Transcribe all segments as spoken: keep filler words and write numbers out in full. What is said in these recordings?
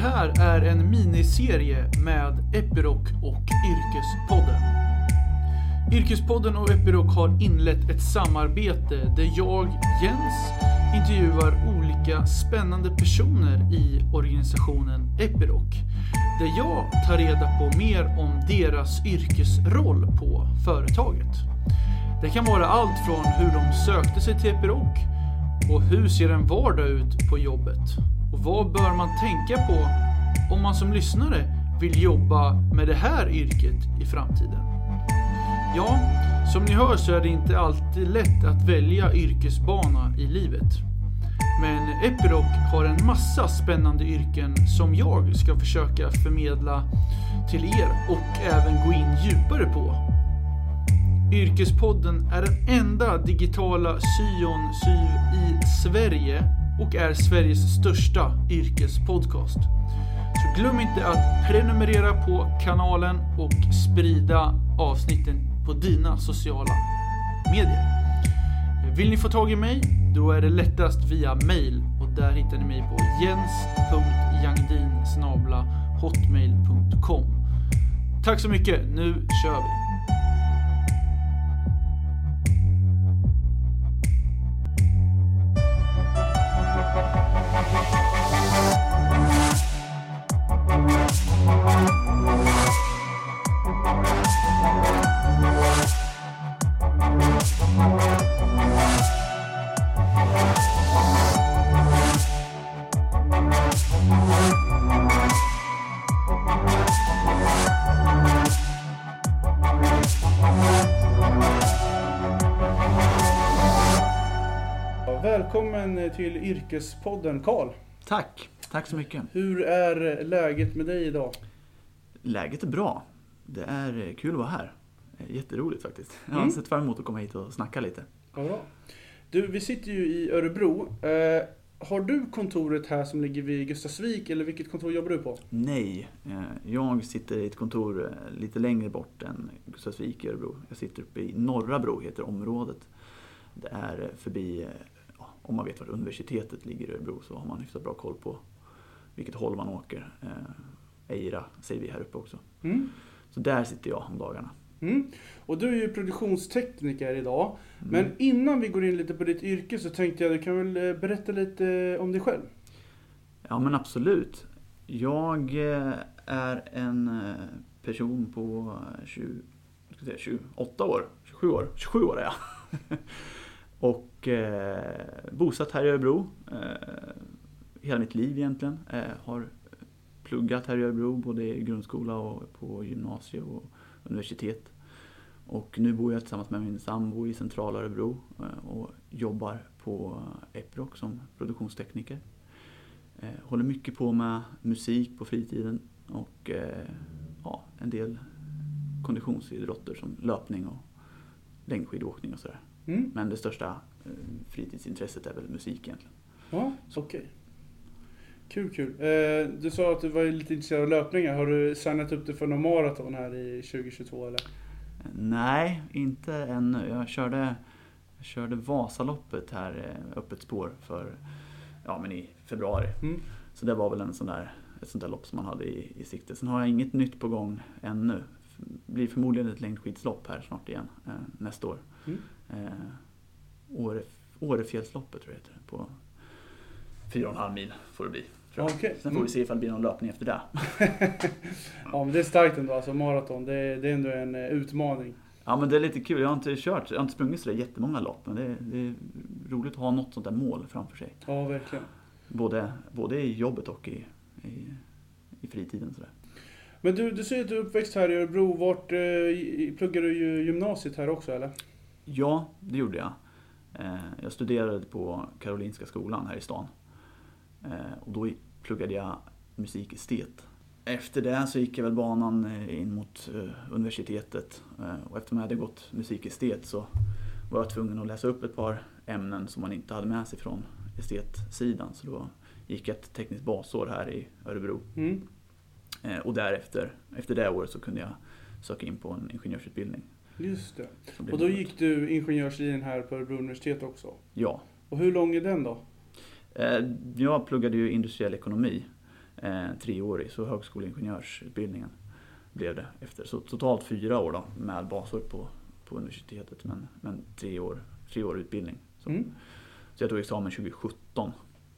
här är en miniserie med Epiroc och Yrkespodden. Yrkespodden och Epiroc har inlett ett samarbete där jag, Jens, intervjuar olika spännande personer i organisationen Epiroc. Där jag tar reda på mer om deras yrkesroll på företaget. Det kan vara allt från hur de sökte sig till Epiroc och hur ser en vardag ut på jobbet. Och vad bör man tänka på om man som lyssnare vill jobba med det här yrket i framtiden? Ja, som ni hör så är det inte alltid lätt att välja yrkesbana i livet. Men Epiroc har en massa spännande yrken som jag ska försöka förmedla till er och även gå in djupare på. Yrkespodden är den enda digitala syon syv i Sverige och är Sveriges största yrkespodcast. Så glöm inte att prenumerera på kanalen och sprida avsnitten på dina sociala medier. Vill ni få tag i mig? Då är det lättast via mail och där hittar ni mig på jens punkt jangdin snabel-a hotmail punkt com. Tack så mycket, nu kör vi! Välkommen till Yrkespodden, Karl. Tack, tack så mycket. Hur är läget med dig idag? Läget är bra. Det är kul att vara här. Jätteroligt faktiskt. Jag har Mm. sett fram emot att komma hit och snacka lite. Ja, bra. Du, vi sitter ju i Örebro. Eh, har du kontoret här som ligger vid Gustavsvik eller vilket kontor jobbar du på? Nej, jag sitter i ett kontor lite längre bort än Gustavsvik i Örebro. Jag sitter uppe i Norra Bro, heter området. Det är förbi, om man vet var universitetet ligger i Örebro så har man hyfsat bra koll på vilket håll man åker. Eira säger vi här uppe också. Mm. Så där sitter jag om dagarna. Mm. Och du är ju produktionstekniker idag. Mm. Men innan vi går in lite på ditt yrke så tänkte jag att du kan väl berätta lite om dig själv. Ja men absolut. Jag är en person på tjugo, ska säga, tjugoåtta år, tjugosju år, tjugosju år är jag. Och eh, bosatt här i Örebro eh, hela mitt liv egentligen. Eh, har pluggat här i Örebro både i grundskola och på gymnasie och universitet. Och nu bor jag tillsammans med min sambo i centrala Örebro eh, och jobbar på Epiroc som produktionstekniker. Eh, håller mycket på med musik på fritiden och eh, ja, en del konditionsidrotter som löpning och längdskidåkning och sådär. Mm. Men det största eh, fritidsintresset är väl musik egentligen. Ja, okej. Okay. Kul, kul. Eh, du sa att du var lite intresserad av löpningar. Har du signat upp dig för någon maraton här i tjugohundratjugotvå eller? Nej, inte ännu. Jag körde, jag körde Vasaloppet här, öppet spår för, ja, men i februari. Mm. Så det var väl en sån där, ett sånt där lopp som man hade i, i sikte. Sen har jag inget nytt på gång ännu. Det blir förmodligen ett längdskidslopp här snart igen, eh, nästa år. Mm. Eh, Åre, Årefjällsloppet tror jag heter det, på fyra och en halv mil får det bli. Okay. Sen får vi se ifall det blir någon löpning efter det. Ja, men det är starkt ändå, alltså maraton. Det är, det är ändå en uh, utmaning. Ja, men det är lite kul. Jag har inte kört, jag har inte sprungit så där jättemånga lopp. Men det är, det är roligt att ha något sånt där mål framför sig. Ja, verkligen. Både, både i jobbet och i, i, i fritiden. Så där. Men du, du säger att du är uppväxt här i Örebro. Vart uh, pluggar du ju gymnasiet här också, eller? Ja, det gjorde jag. Eh, jag studerade på Karolinska skolan här i stan. Eh, och då pluggade jag musikestet. Efter det så gick jag väl banan in mot uh, universitetet. Uh, och efter man hade gått musikestet så var jag tvungen att läsa upp ett par ämnen som man inte hade med sig från estetsidan. Så då gick jag ett tekniskt basår här i Örebro. Mm. Uh, och därefter, efter det året så kunde jag söka in på en ingenjörsutbildning. Just det. Och då gick du ingenjörslinjen här på Örebro universitet också? Ja. Och hur lång är den då? Uh, jag pluggade ju industriell ekonomi. Eh, treårig, så högskoleingenjörsutbildningen blev det efter. Så totalt fyra år då, med basår på, på universitetet, men, men tre år, tre år utbildning. Så. Mm. så jag tog examen tjugo sjutton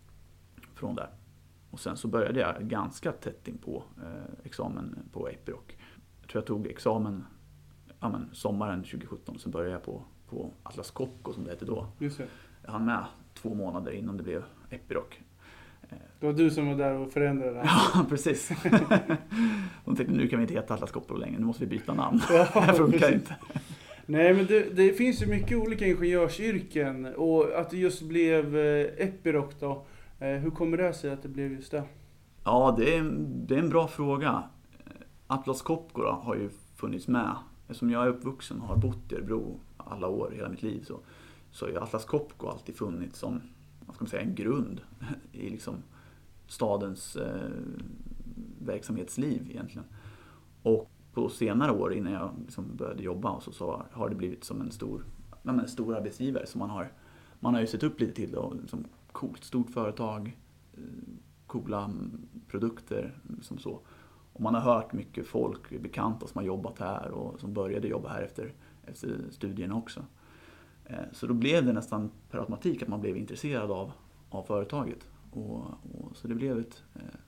från där. Och sen så började jag ganska tätt in på eh, examen på Epiroc. Jag tror jag tog examen ja, men, sommaren tjugo sjutton, så började jag på, på Atlas Copco som det hette då. Just det. Jag hann med två månader innan det blev Epiroc. Det var du som var där och förändrade det. Ja, precis. De tänkte, nu kan vi inte heta Atlas Copco längre, nu måste vi byta namn. Ja, det funkar precis. Inte. Nej, men det, det finns ju mycket olika ingenjörsyrken, och att det just blev Epiroc då. Hur kommer det sig att det blev just det? Ja, det är, det är en bra fråga. Atlas Copco då, har ju funnits med. Eftersom jag är uppvuxen och har bott i Örebro alla år, hela mitt liv, så, så har ju Atlas Copco alltid funnits som, vad ska man säga, en grund i liksom stadens eh, verksamhetsliv egentligen. Och på senare år, innan jag liksom började jobba, och så, så har det blivit som en stor, men en stor arbetsgivare som man har, man har ju sett upp lite till då, liksom coolt, stort företag, eh, coola produkter som så. Och man har hört mycket folk, bekanta som har jobbat här och som började jobba här efter, efter studierna också. Så då blev det nästan per automatik att man blev intresserad av, av företaget. Och, och, så det blev ett,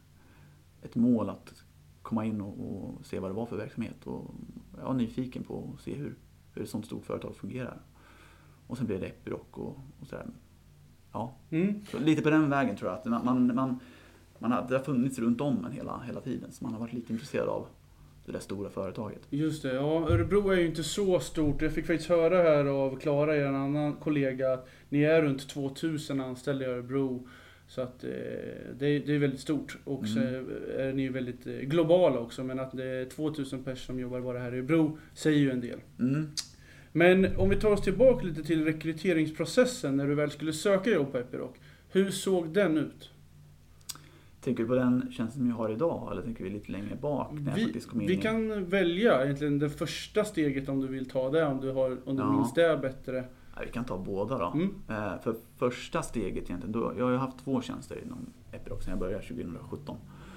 ett mål att komma in och, och se vad det var för verksamhet. Och jag var nyfiken på att se hur, hur ett sånt stort företag fungerar. Och sen blev det Epiroc och, och sådär. Ja, mm. Så lite på den vägen tror jag. Att man, man, man, man har, det har funnits runt om en hela, hela tiden. Så man har varit lite intresserad av det där stora företaget. Just det, ja, Örebro är ju inte så stort. Jag fick faktiskt höra här av Klara, en annan kollega, att ni är runt tvåtusen anställda i Örebro. Så att eh, det, är, det är väldigt stort. Och så mm. är ni ju väldigt eh, globala också. Men att det är tvåtusen personer som jobbar bara här i Örebro säger ju en del. Mm. Men om vi tar oss tillbaka lite till rekryteringsprocessen när du väl skulle söka jobb på Epiroc. Hur såg den ut? Tänker du på den tjänsten som jag har idag, eller tänker vi lite längre bak? När vi jag kom in vi i... kan välja egentligen det första steget om du vill ta det, om du, har, om du ja. minns det bättre. Ja, vi kan ta båda då. Mm. Eh, för första steget egentligen, då, jag har ju haft två tjänster inom Epiroc sedan jag började tjugo sjutton.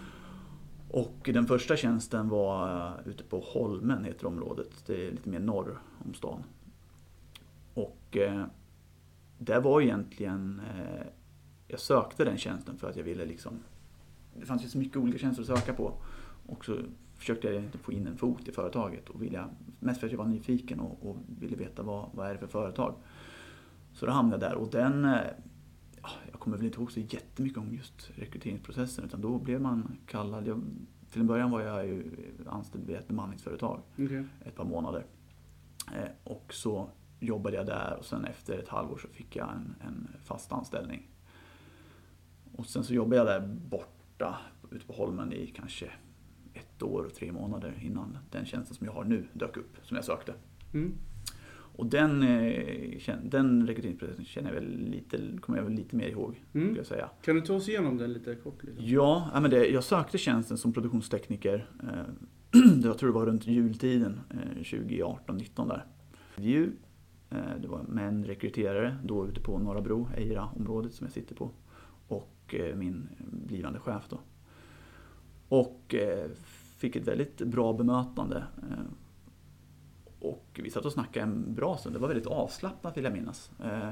Och den första tjänsten var uh, ute på Holmen, heter området. Det är lite mer norr om stan. Och eh, det var egentligen, eh, jag sökte den tjänsten för att jag ville liksom, det fanns ju så mycket olika tjänster att söka på. Och så försökte jag få in en fot i företaget. Och ville, mest för att jag var nyfiken och, och ville veta vad, vad är det för företag. Så då hamnade jag där. Och den, ja, jag kommer väl inte ihåg så jättemycket om just rekryteringsprocessen. Utan då blev man kallad. Jag, till en början var jag ju anställd vid ett bemanningsföretag. Okay. Ett par månader. Eh, och så jobbade jag där. Och sen efter ett halvår så fick jag en, en fast anställning. Och sen så jobbade jag där borta ute på Holmen i kanske ett år och tre månader innan den tjänsten som jag har nu dök upp, som jag sökte. Mm. Och den, den rekryteringsprocessen känner jag väl lite, kommer jag väl lite mer ihåg, mm. skulle jag säga. Kan du ta oss igenom den lite kort? Liksom? Ja, men det, jag sökte tjänsten som produktionstekniker. Jag tror det var runt jultiden, tjugo arton nitton där. Det var med en rekryterare då ute på Norra Bro, Eira-området som jag sitter på. Och min blivande chef då. Och fick ett väldigt bra bemötande. Och vi satt och snackade en bra stund. Det var väldigt avslappnat, vill jag minnas.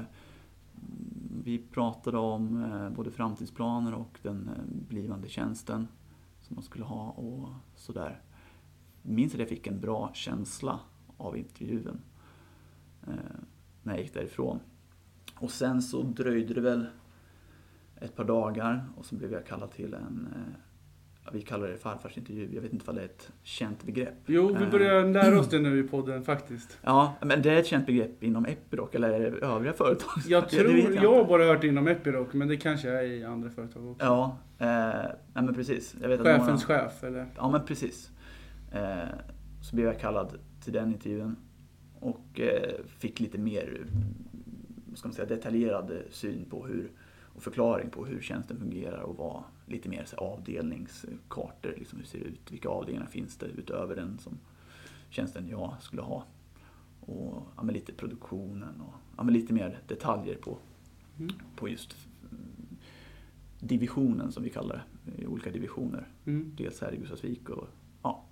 Vi pratade om både framtidsplaner och den blivande tjänsten som man skulle ha och sådär. Minns att jag fick en bra känsla av intervjun när jag gick därifrån. Och sen så dröjde det väl ett par dagar och så blev jag kallad till en, vi kallar det farfarsintervju, jag vet inte vad det är ett känt begrepp. Jo, vi börjar lära oss det nu i podden faktiskt. Ja, men det är ett känt begrepp inom Epiroc eller är det övriga företag? Jag tror, jag, jag har bara hört inom Epiroc, men det kanske är i andra företag också. Ja, eh, nej men precis. Jag vet Chefens att några... chef, eller? Ja, men precis. Eh, så blev jag kallad till den intervjun och eh, fick lite mer, ska man säga, detaljerad syn på hur och förklaring på hur tjänsten fungerar och vad lite mer så avdelningskartor, liksom hur ser det ut, vilka avdelningar finns det utöver den som tjänsten jag skulle ha och ja, men lite produktionen och ja, men lite mer detaljer på, mm. på just divisionen som vi kallar det, i olika divisioner. Mm. Dels här i Gustavsvik och ja.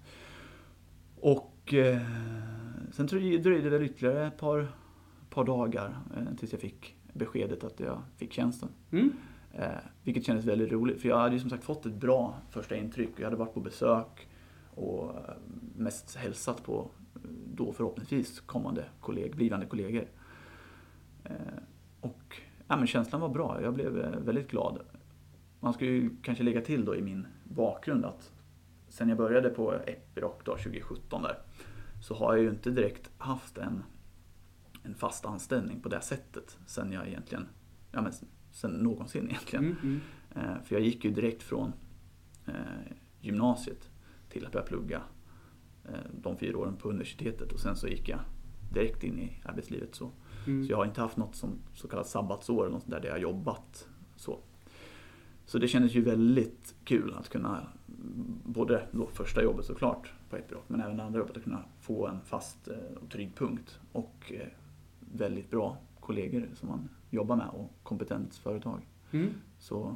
Och eh, sen dröjde det ytterligare ett par, par dagar eh, tills jag fick beskedet att jag fick tjänsten. Mm. Eh, vilket kändes väldigt roligt, för jag hade ju som sagt fått ett bra första intryck. Jag hade varit på besök och mest hälsat på då förhoppningsvis kommande kolleg, blivande kollegor. Eh, och ja, men känslan var bra, jag blev väldigt glad. Man ska ju kanske lägga till då i min bakgrund att sen jag började på Epiroc då tjugo sjutton där, så har jag ju inte direkt haft en, en fast anställning på det sättet sen jag egentligen, ja men sen någonsin egentligen. Mm, mm. Eh, för jag gick ju direkt från eh, gymnasiet till att börja plugga eh, de fyra åren på universitetet, och sen så gick jag direkt in i arbetslivet så. Mm. Så jag har inte haft något som så kallat sabbatsår eller något där jag har jobbat så. Så det kändes ju väldigt kul att kunna, både då första jobbet såklart på Epiroc, men även andra jobbet, att kunna få en fast och trygg punkt och väldigt bra kollegor som man jobbar med och kompetent företag. Mm. Så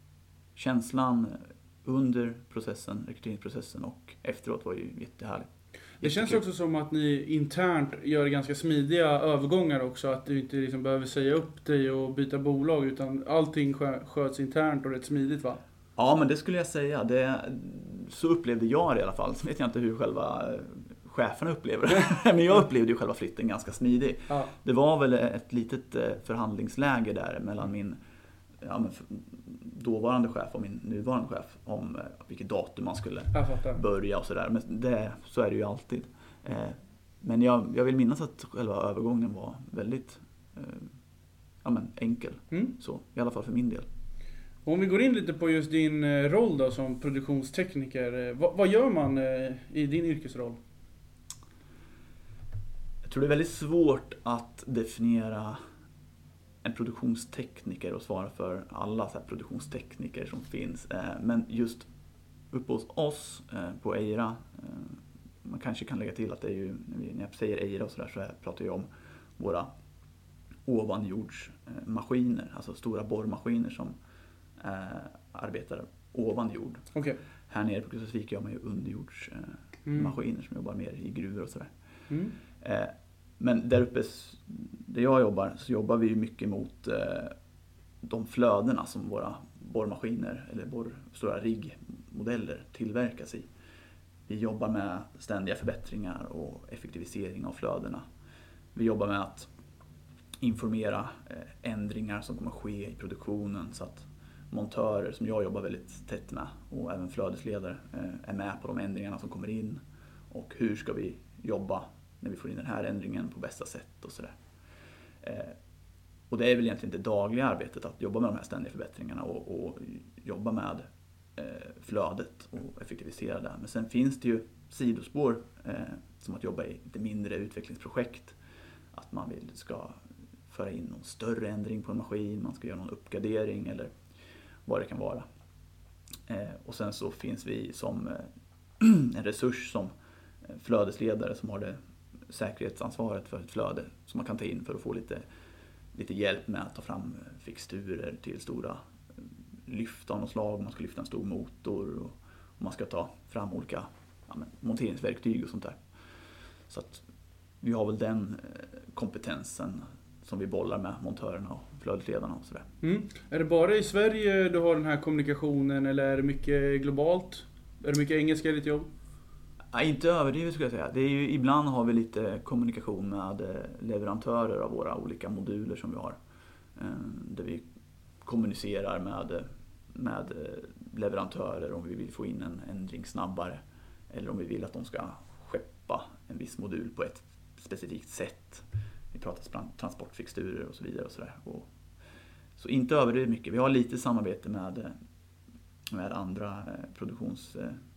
känslan under processen, rekryteringsprocessen och efteråt var ju jättehärlig. Det känns också som att ni internt gör ganska smidiga övergångar också. Att du inte liksom behöver säga upp dig och byta bolag, utan allting sköts internt och rätt smidigt, va? Ja, men det skulle jag säga. Det, så upplevde jag det i alla fall. Så vet jag inte hur själva cheferna upplever det. Men jag upplevde ju själva flytten ganska smidig. Ja. Det var väl ett litet förhandlingsläge där mellan min ja, men dåvarande chef och min nuvarande chef om vilket datum man skulle börja och sådär. Men det, så är det ju alltid. Eh, men jag, jag vill minnas att själva övergången var väldigt eh, ja, men enkel. Mm. Så, i alla fall för min del. Om vi går in lite på just din roll då som produktionstekniker. Vad, vad gör man i din yrkesroll? Jag tror det är väldigt svårt att definiera en produktionstekniker och svara för alla så här produktionstekniker som finns. Men just uppe hos oss på Eira, man kanske kan lägga till att det är ju, när jag säger Eira och sådär, så pratar jag om våra ovanjordsmaskiner, alltså stora borrmaskiner som arbetar ovan jord. Okay. Här nere på Gustavsvik gör man ju underjordsmaskiner mm. som jobbar mer i gruvor och sådär. Mm. Men där uppe, där jag jobbar, så jobbar vi mycket mot eh, de flödena som våra borrmaskiner eller borr, stora riggmodeller tillverkas i. Vi jobbar med ständiga förbättringar och effektivisering av flödena. Vi jobbar med att informera eh, ändringar som kommer ske i produktionen, så att montörer som jag jobbar väldigt tätt med och även flödesledare eh, är med på de ändringarna som kommer in, och hur ska vi jobba när vi får in den här ändringen på bästa sätt och sådär. Eh, och det är väl egentligen det dagliga arbetet, att jobba med de här ständiga förbättringarna och, och jobba med eh, flödet och effektivisera det. Men sen finns det ju sidospår eh, som att jobba i lite mindre utvecklingsprojekt. Att man vill ska föra in någon större ändring på en maskin, man ska göra någon uppgradering eller vad det kan vara. Eh, och sen så finns vi som eh, en resurs som flödesledare som har det säkerhetsansvaret för ett flöde som man kan ta in för att få lite, lite hjälp med att ta fram fixturer till stora lyft av något slag, om man ska lyfta en stor motor och om man ska ta fram olika ja, men, monteringsverktyg och sånt där. Så att vi har väl den kompetensen som vi bollar med montörerna och flödesledarna och sådär. Mm. Är det bara i Sverige du har den här kommunikationen, eller är det mycket globalt? Är det mycket engelska i ditt jobb? Ja, inte överdrivet skulle jag säga. Det är ju, ibland har vi lite kommunikation med leverantörer av våra olika moduler som vi har. Där vi kommunicerar med, med leverantörer om vi vill få in en ändring snabbare. Eller om vi vill att de ska skeppa en viss modul på ett specifikt sätt. Vi pratar transportfixturer och så vidare. Och så där. Och, så inte överdrivet mycket. Vi har lite samarbete med, med andra produktions...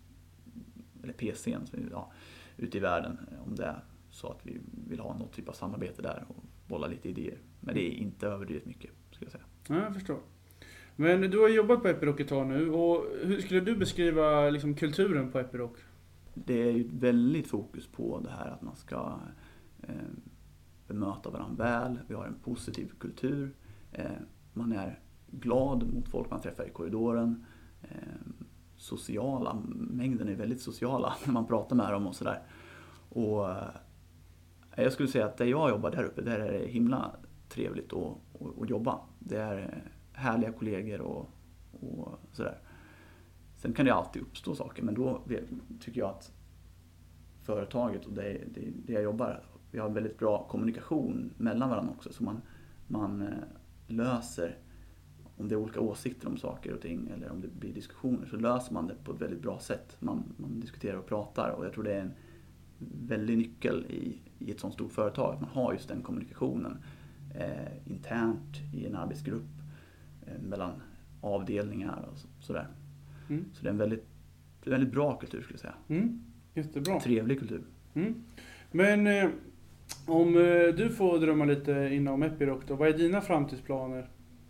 eller P C:n ja, ute i världen, om det är så att vi vill ha något typ av samarbete där och bolla lite idéer. Men det är inte överdrivet mycket, ska jag säga. Ja, jag förstår. Men du har jobbat på Epiroc ett tag nu, och hur skulle du beskriva liksom kulturen på Epiroc? Det är ju väldigt fokus på det här att man ska eh, bemöta varandra väl. Vi har en positiv kultur. Eh, man är glad mot folk man träffar i korridoren. Eh, sociala, mängden är väldigt sociala när man pratar med dem och sådär. Och eh, jag skulle säga att där jag jobbar där uppe, där är det himla trevligt att, att, att jobba. Det är härliga kollegor och, och sådär. Sen kan det alltid uppstå saker, men då tycker jag att företaget och det, det, det jag jobbar, vi har väldigt bra kommunikation mellan varandra också. Så man, man löser, om det är olika åsikter om saker och ting eller om det blir diskussioner, så löser man det på ett väldigt bra sätt. Man, man diskuterar och pratar, och jag tror det är en väldig nyckel i, i ett sånt stort företag. Att man har just den kommunikationen eh, internt i en arbetsgrupp eh, mellan avdelningar och så, sådär. Mm. Så det är en väldigt, väldigt bra kultur skulle jag säga. Mm. Jättebra. Trevlig kultur. Mm. Men eh, om eh, du får drömma lite inom Epiroc då, vad är dina framtidsplaner?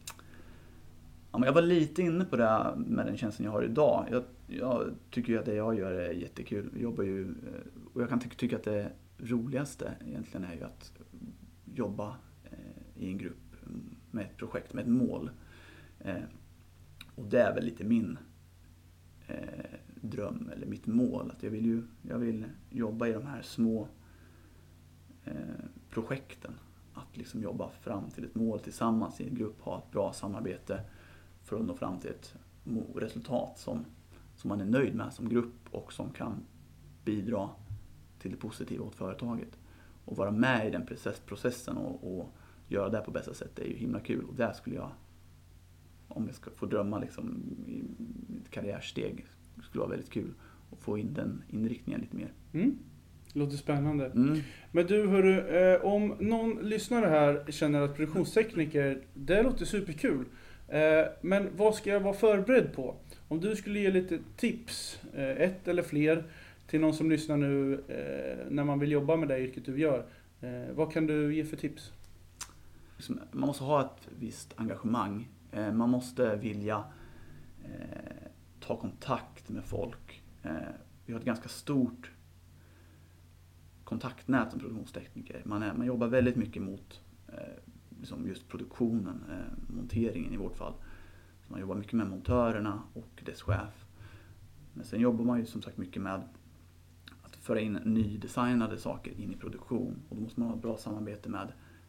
Ja, men jag var lite inne på det med den tjänsten jag har idag. Jag, jag tycker ju att det jag gör är jättekul. Jag jobbar ju, och jag kan ty- tycka att det roligaste egentligen är ju att jobba eh, i en grupp med ett projekt, med ett mål. Eh, och det är väl lite min eh, dröm eller mitt mål. Att jag vill ju jag vill jobba i de här små eh, projekten. Att liksom jobba fram till ett mål tillsammans i en grupp, ha ett bra samarbete för att nå fram till ett resultat som, som man är nöjd med som grupp och som kan bidra till det positiva åt företaget. Och vara med i den process, processen och, och göra det på bästa sätt, det är ju himla kul. Och där skulle jag, om jag ska få drömma liksom i ett karriärsteg, skulle vara väldigt kul att få in den inriktningen lite mer. Mm. Låter spännande. Mm. Men du, hörru, eh, om någon lyssnare här känner att produktionstekniker, det låter superkul. Eh, men vad ska jag vara förberedd på? Om du skulle ge lite tips, eh, ett eller fler, till någon som lyssnar nu eh, när man vill jobba med det yrket du gör. Eh, vad kan du ge för tips? Man måste ha ett visst engagemang. Eh, man måste vilja eh, ta kontakt med folk. Eh, vi har ett ganska stort kontaktnät som produktionstekniker. Man, är, man jobbar väldigt mycket mot eh, liksom just produktionen, eh, monteringen i vårt fall. Så man jobbar mycket med montörerna och dess chef. Men sen jobbar man ju som sagt mycket med att föra in nydesignade saker in i produktion. Och då måste man ha ett bra samarbete med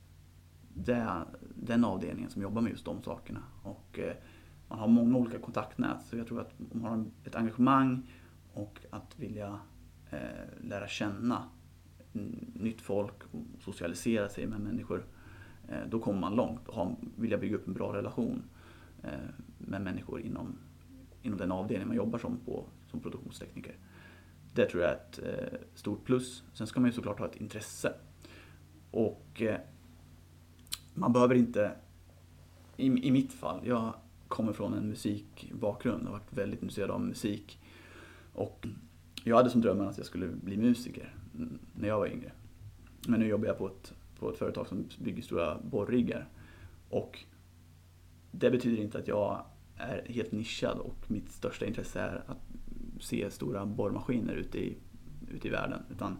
det, den avdelningen som jobbar med just de sakerna. Och eh, man har många olika kontaktnät, så jag tror att om man har ett engagemang och att vilja eh, lära känna nytt folk och socialisera sig med människor, eh, då kommer man långt och har, vilja bygga upp en bra relation eh, med människor inom, inom den avdelning man jobbar som, på, som produktionstekniker. Det tror jag är ett eh, stort plus. Sen ska man ju såklart ha ett intresse. Och eh, man behöver inte, i, i mitt fall, jag kommer från en musikbakgrund och har varit väldigt intresserad av musik. Och jag hade som drömmen att jag skulle bli musiker när jag var yngre. Men nu jobbar jag på ett, på ett företag som bygger stora borriggar. Och det betyder inte att jag är helt nischad och mitt största intresse är att se stora borrmaskiner ute i, ute i världen. Utan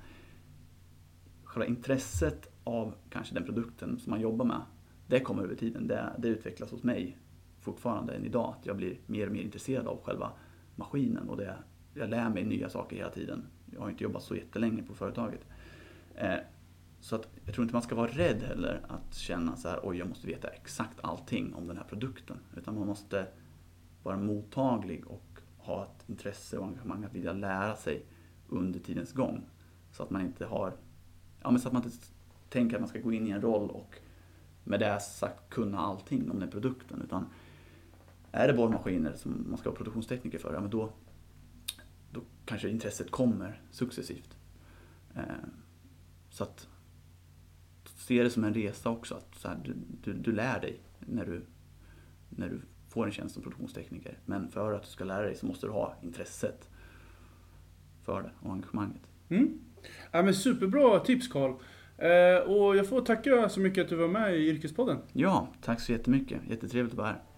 själva intresset av kanske den produkten som man jobbar med, det kommer över tiden. Det, det utvecklas hos mig fortfarande än idag. Att jag blir mer och mer intresserad av själva maskinen och det, jag lär mig nya saker hela tiden. Jag har inte jobbat så jättelänge på företaget. Eh, så att jag tror inte man ska vara rädd heller att känna så här, oj, jag måste veta exakt allting om den här produkten. Utan man måste vara mottaglig och ha ett intresse och engagemang att vilja lära sig under tidens gång. Så att man inte har, ja, men så att man inte tänker att man ska gå in i en roll och med det sagt kunna allting om den produkten. Utan är det borrmaskiner som man ska vara produktionstekniker för, ja, men då då kanske intresset kommer successivt. Eh, så att se det som en resa också. Att så här, du, du, du lär dig när du, när du får en tjänst som produktionstekniker. Men för att du ska lära dig så måste du ha intresset för det och engagemanget. Mm. Ja, men superbra tips, Carl. Eh, och jag får tacka så mycket att du var med i Yrkespodden. Ja, tack så jättemycket. Jättetrevligt att vara här.